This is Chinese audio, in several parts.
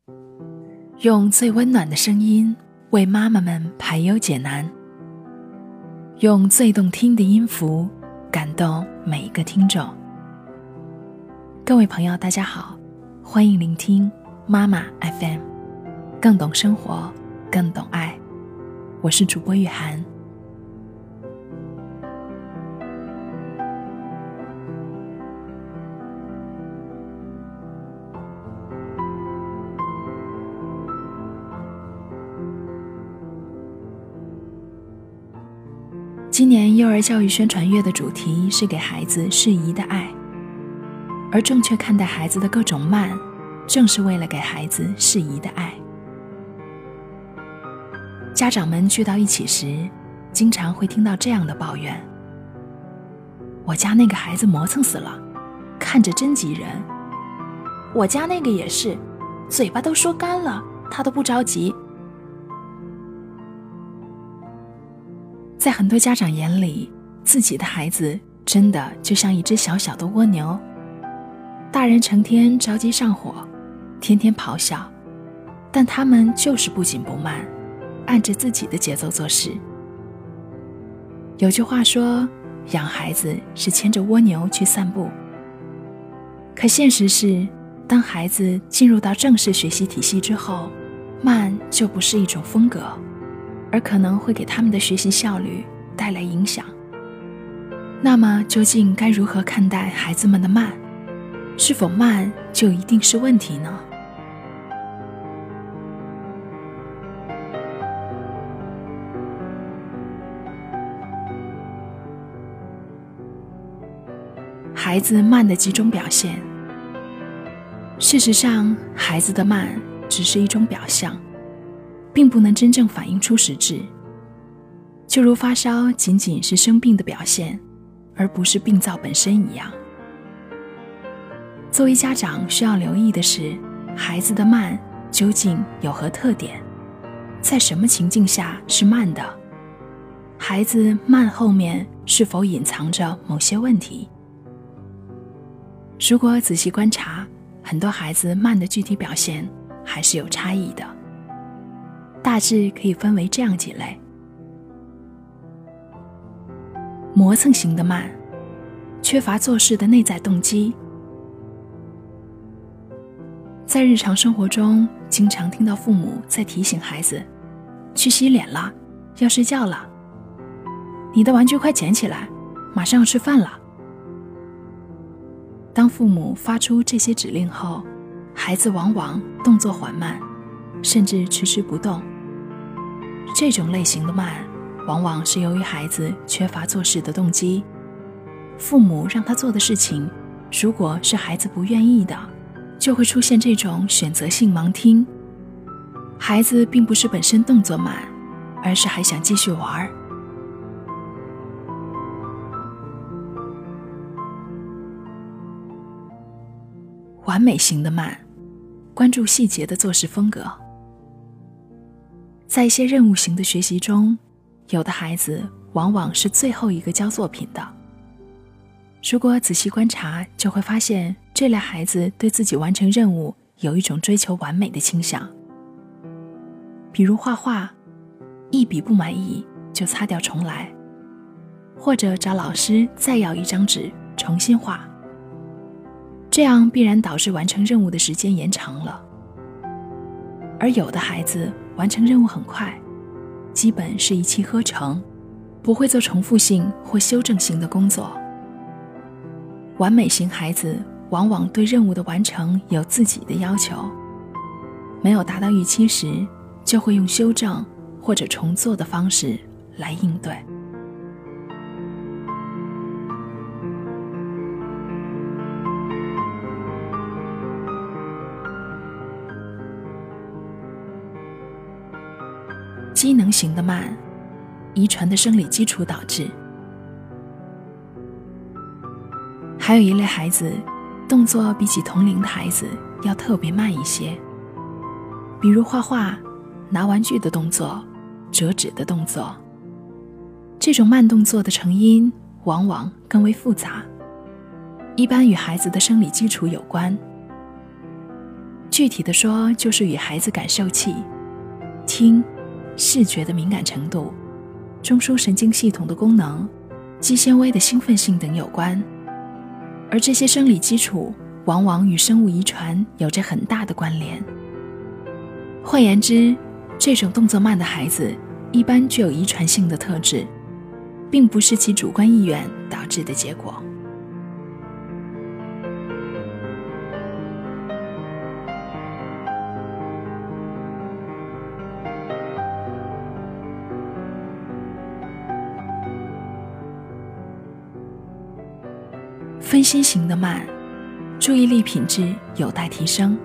用最温暖的声音为妈妈们排忧解难，用最动听的音符感动每一个听众。各位朋友大家好，欢迎聆听妈妈 FM， 更懂生活，更懂爱。我是主播玉涵。今年幼儿教育宣传月的主题是给孩子适宜的爱，而正确看待孩子的各种慢，正是为了给孩子适宜的爱。家长们聚到一起时，经常会听到这样的抱怨：我家那个孩子磨蹭死了，看着真急人。我家那个也是，嘴巴都说干了，他都不着急。在很多家长眼里，自己的孩子真的就像一只小小的蜗牛，大人成天着急上火，天天咆哮，但他们就是不紧不慢，按着自己的节奏做事。有句话说，养孩子是牵着蜗牛去散步。可现实是，当孩子进入到正式学习体系之后，慢就不是一种风格，而可能会给他们的学习效率带来影响。那么究竟该如何看待孩子们的慢？是否慢就一定是问题呢？孩子慢的几种表现。事实上，孩子的慢只是一种表象，并不能真正反映出实质。就如发烧仅仅是生病的表现，而不是病灶本身一样。作为家长需要留意的是，孩子的慢究竟有何特点，在什么情境下是慢的，孩子慢后面是否隐藏着某些问题。如果仔细观察，很多孩子慢的具体表现还是有差异的，大致可以分为这样几类。磨蹭型的慢，缺乏做事的内在动机。在日常生活中，经常听到父母在提醒孩子，去洗脸了，要睡觉了，你的玩具快捡起来，马上要吃饭了。当父母发出这些指令后，孩子往往动作缓慢，甚至迟迟不动。这种类型的慢，往往是由于孩子缺乏做事的动机。父母让他做的事情，如果是孩子不愿意的，就会出现这种选择性盲听。孩子并不是本身动作慢，而是还想继续玩。完美型的慢，关注细节的做事风格。在一些任务型的学习中，有的孩子往往是最后一个交作品的。如果仔细观察，就会发现这类孩子对自己完成任务有一种追求完美的倾向。比如画画，一笔不满意就擦掉重来，或者找老师再要一张纸重新画。这样必然导致完成任务的时间延长了。而有的孩子完成任务很快，基本是一气呵成，不会做重复性或修正性的工作。完美型孩子往往对任务的完成有自己的要求，没有达到预期时，就会用修正或者重做的方式来应对。机能型的慢，遗传的生理基础导致。还有一类孩子，动作比起同龄的孩子要特别慢一些，比如画画、拿玩具的动作、折纸的动作。这种慢动作的成因往往更为复杂，一般与孩子的生理基础有关。 具体的说，就是与孩子感受器、听、视觉的敏感程度、中枢神经系统的功能、肌纤维的兴奋性等有关。而这些生理基础往往与生物遗传有着很大的关联。换言之，这种动作慢的孩子一般具有遗传性的特质，并不是其主观意愿导致的结果。分心型的慢，注意力品质有待提升。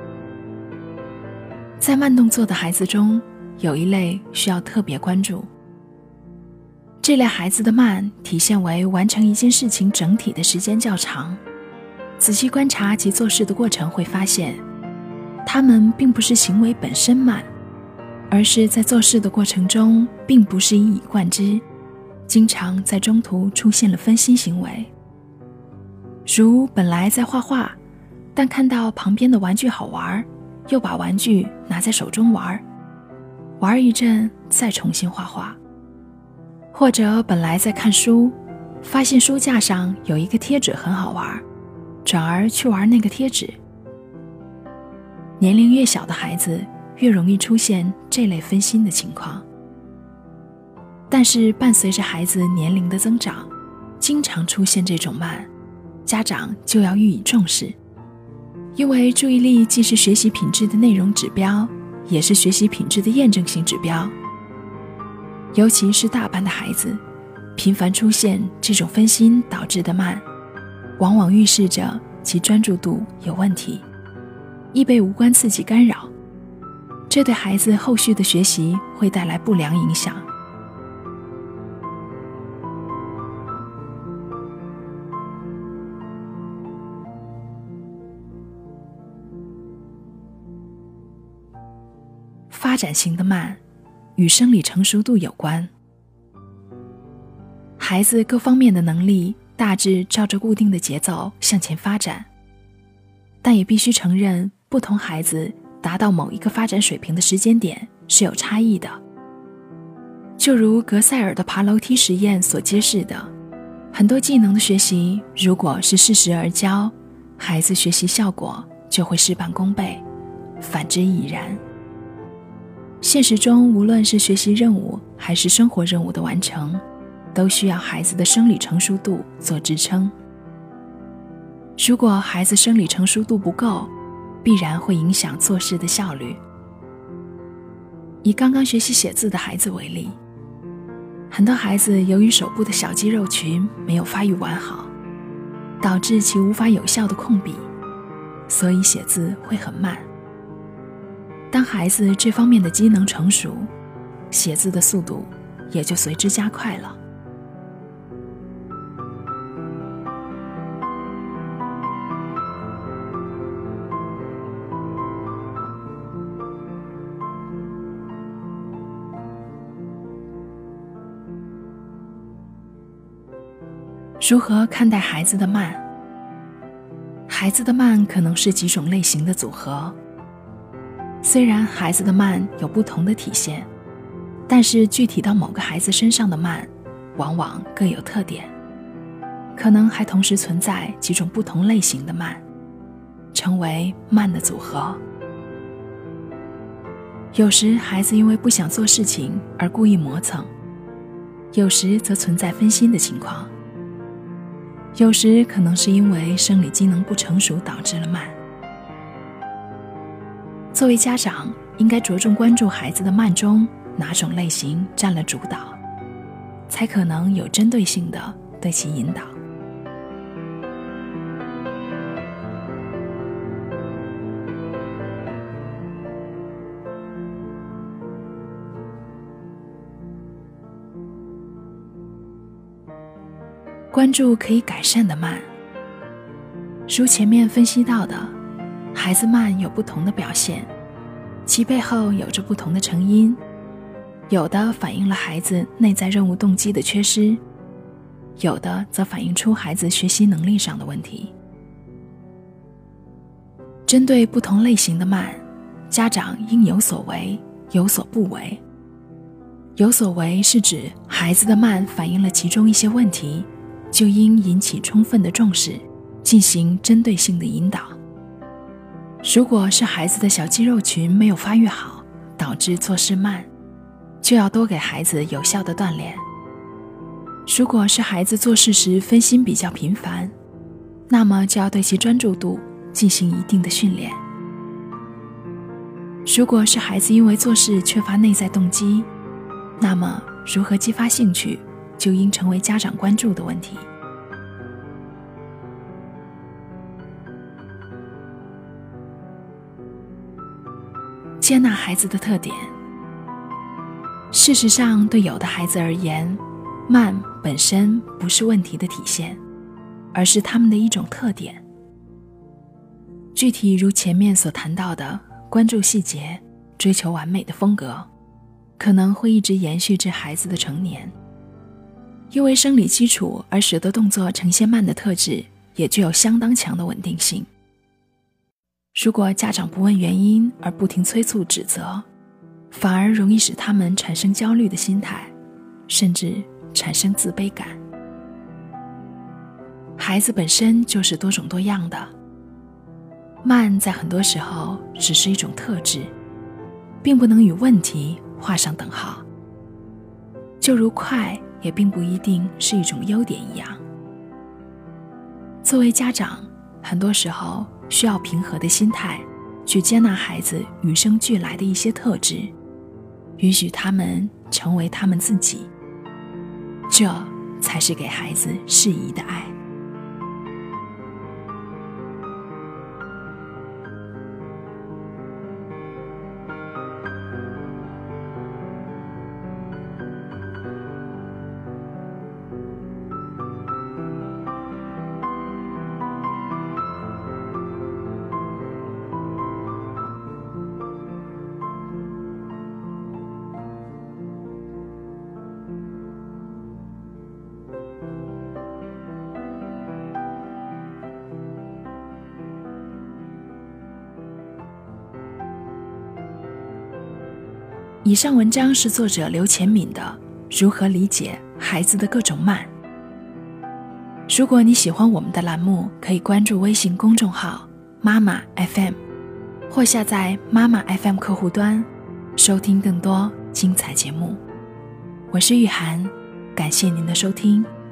在慢动作的孩子中，有一类需要特别关注。这类孩子的慢体现为完成一件事情整体的时间较长。仔细观察其做事的过程会发现，他们并不是行为本身慢，而是在做事的过程中并不是一以贯之，经常在中途出现了分心行为。如本来在画画，但看到旁边的玩具好玩，又把玩具拿在手中玩一阵再重新画画。或者本来在看书，发现书架上有一个贴纸很好玩，转而去玩那个贴纸。年龄越小的孩子越容易出现这类分心的情况。但是伴随着孩子年龄的增长，经常出现这种慢，家长就要予以重视。因为注意力既是学习品质的内容指标，也是学习品质的验证性指标。尤其是大班的孩子，频繁出现这种分心导致的慢，往往预示着其专注度有问题，易被无关刺激干扰，这对孩子后续的学习会带来不良影响。发展型的慢与生理成熟度有关。孩子各方面的能力大致照着固定的节奏向前发展，但也必须承认，不同孩子达到某一个发展水平的时间点是有差异的。就如格塞尔的爬楼梯实验所揭示的，很多技能的学习如果是适时而教，孩子学习效果就会事半功倍，反之亦然。现实中，无论是学习任务还是生活任务的完成，都需要孩子的生理成熟度做支撑。如果孩子生理成熟度不够，必然会影响做事的效率。以刚刚学习写字的孩子为例，很多孩子由于手部的小肌肉群没有发育完好，导致其无法有效的控笔，所以写字会很慢。当孩子这方面的机能成熟，写字的速度也就随之加快了。如何看待孩子的慢？孩子的慢可能是几种类型的组合。虽然孩子的慢有不同的体现，但是具体到某个孩子身上的慢，往往各有特点，可能还同时存在几种不同类型的慢，称为慢的组合。有时孩子因为不想做事情而故意磨蹭，有时则存在分心的情况，有时可能是因为生理机能不成熟导致了慢。作为家长，应该着重关注孩子的慢中哪种类型占了主导，才可能有针对性地对其引导。关注可以改善的慢。如前面分析到的，孩子慢有不同的表现，其背后有着不同的成因，有的反映了孩子内在任务动机的缺失，有的则反映出孩子学习能力上的问题。 针对不同类型的慢，家长应有所为，有所不为。有所为是指孩子的慢反映了其中一些问题，就应引起充分的重视，进行针对性的引导。如果是孩子的小肌肉群没有发育好，导致做事慢，就要多给孩子有效的锻炼。如果是孩子做事时分心比较频繁，那么就要对其专注度进行一定的训练。如果是孩子因为做事缺乏内在动机，那么如何激发兴趣就应成为家长关注的问题。接纳孩子的特点。事实上，对有的孩子而言，慢本身不是问题的体现，而是他们的一种特点。具体如前面所谈到的，关注细节、追求完美的风格，可能会一直延续至孩子的成年。因为生理基础而使得动作呈现慢的特质，也具有相当强的稳定性。如果家长不问原因而不停催促指责，反而容易使他们产生焦虑的心态，甚至产生自卑感。孩子本身就是多种多样的，慢在很多时候只是一种特质，并不能与问题画上等号，就如快也并不一定是一种优点一样。作为家长，很多时候需要平和的心态去接纳孩子与生俱来的一些特质，允许他们成为他们自己，这才是给孩子适宜的爱。以上文章是作者刘前敏的《如何理解孩子的各种慢》。如果你喜欢我们的栏目，可以关注微信公众号妈妈 FM 或下载妈妈 FM 客户端，收听更多精彩节目。我是玉涵，感谢您的收听。